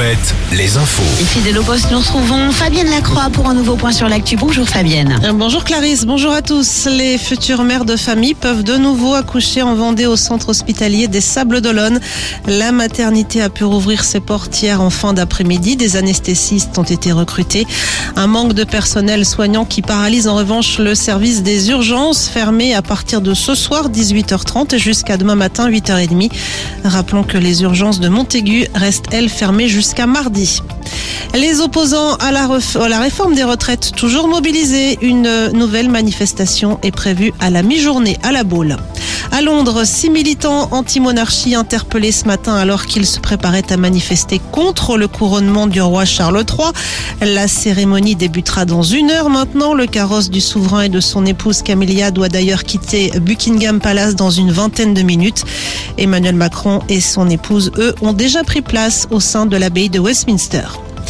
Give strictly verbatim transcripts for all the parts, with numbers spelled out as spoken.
Alouette, les infos. Et fidèle au poste, nous retrouvons Fabienne Lacroix pour un nouveau point sur l'actu. Bonjour Fabienne. Bonjour Clarisse, bonjour à tous. Les futures mères de famille peuvent de nouveau accoucher en Vendée au centre hospitalier des Sables-d'Olonne. La maternité a pu rouvrir ses portes hier en fin d'après-midi. Des anesthésistes ont été recrutés. Un manque de personnel soignant qui paralyse en revanche le service des urgences, fermé à partir de ce soir dix-huit heures trente jusqu'à demain matin huit heures trente. Rappelons que les urgences de Montaigu restent, elles, fermées jusqu'à mardi. Les opposants à la, ref- à la réforme des retraites, toujours mobilisés. Une nouvelle manifestation est prévue à la mi-journée à la Baule. À Londres, six militants anti-monarchie interpellés ce matin alors qu'ils se préparaient à manifester contre le couronnement du roi Charles trois. La cérémonie débutera dans une heure maintenant. Le carrosse du souverain et de son épouse Camilla doit d'ailleurs quitter Buckingham Palace dans une vingtaine de minutes. Emmanuel Macron et son épouse, eux, ont déjà pris place au sein de l'abbaye de Westminster.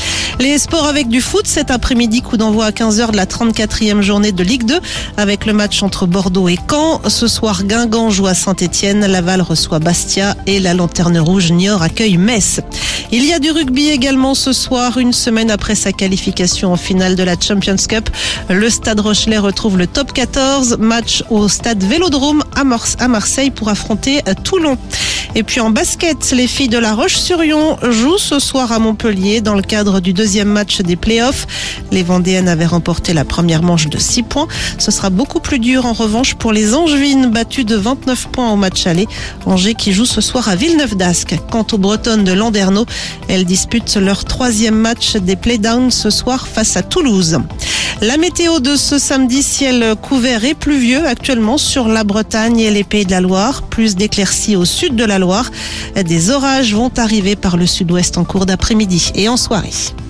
Les sports avec du foot cet après-midi, coup d'envoi à quinze heures de la trente-quatrième journée de Ligue deux avec le match entre Bordeaux et Caen. Ce soir, Guingamp joue à Saint-Etienne, Laval reçoit Bastia et la Lanterne Rouge Niort accueille Metz. Il y a du rugby également ce soir, une semaine après sa qualification en finale de la Champions Cup. Le Stade Rochelais retrouve le top quatorze, match au Stade Vélodrome à Marseille pour affronter Toulon. Et puis en basket, les filles de La Roche-sur-Yon jouent ce soir à Montpellier dans le cadre du deuxième match des playoffs. Les Vendéennes avaient remporté la première manche de six points. Ce sera beaucoup plus dur en revanche pour les Angevines, battues de vingt-neuf points au match aller. Angers qui joue ce soir à Villeneuve-d'Ascq. Quant aux Bretonnes de Landerneau, elles disputent leur troisième match des playdowns ce soir face à Toulouse. La météo de ce samedi, ciel couvert et pluvieux actuellement sur la Bretagne et les Pays de la Loire. Plus d'éclaircies au sud de la Loire. Des orages vont arriver par le sud-ouest en cours d'après-midi et en soirée.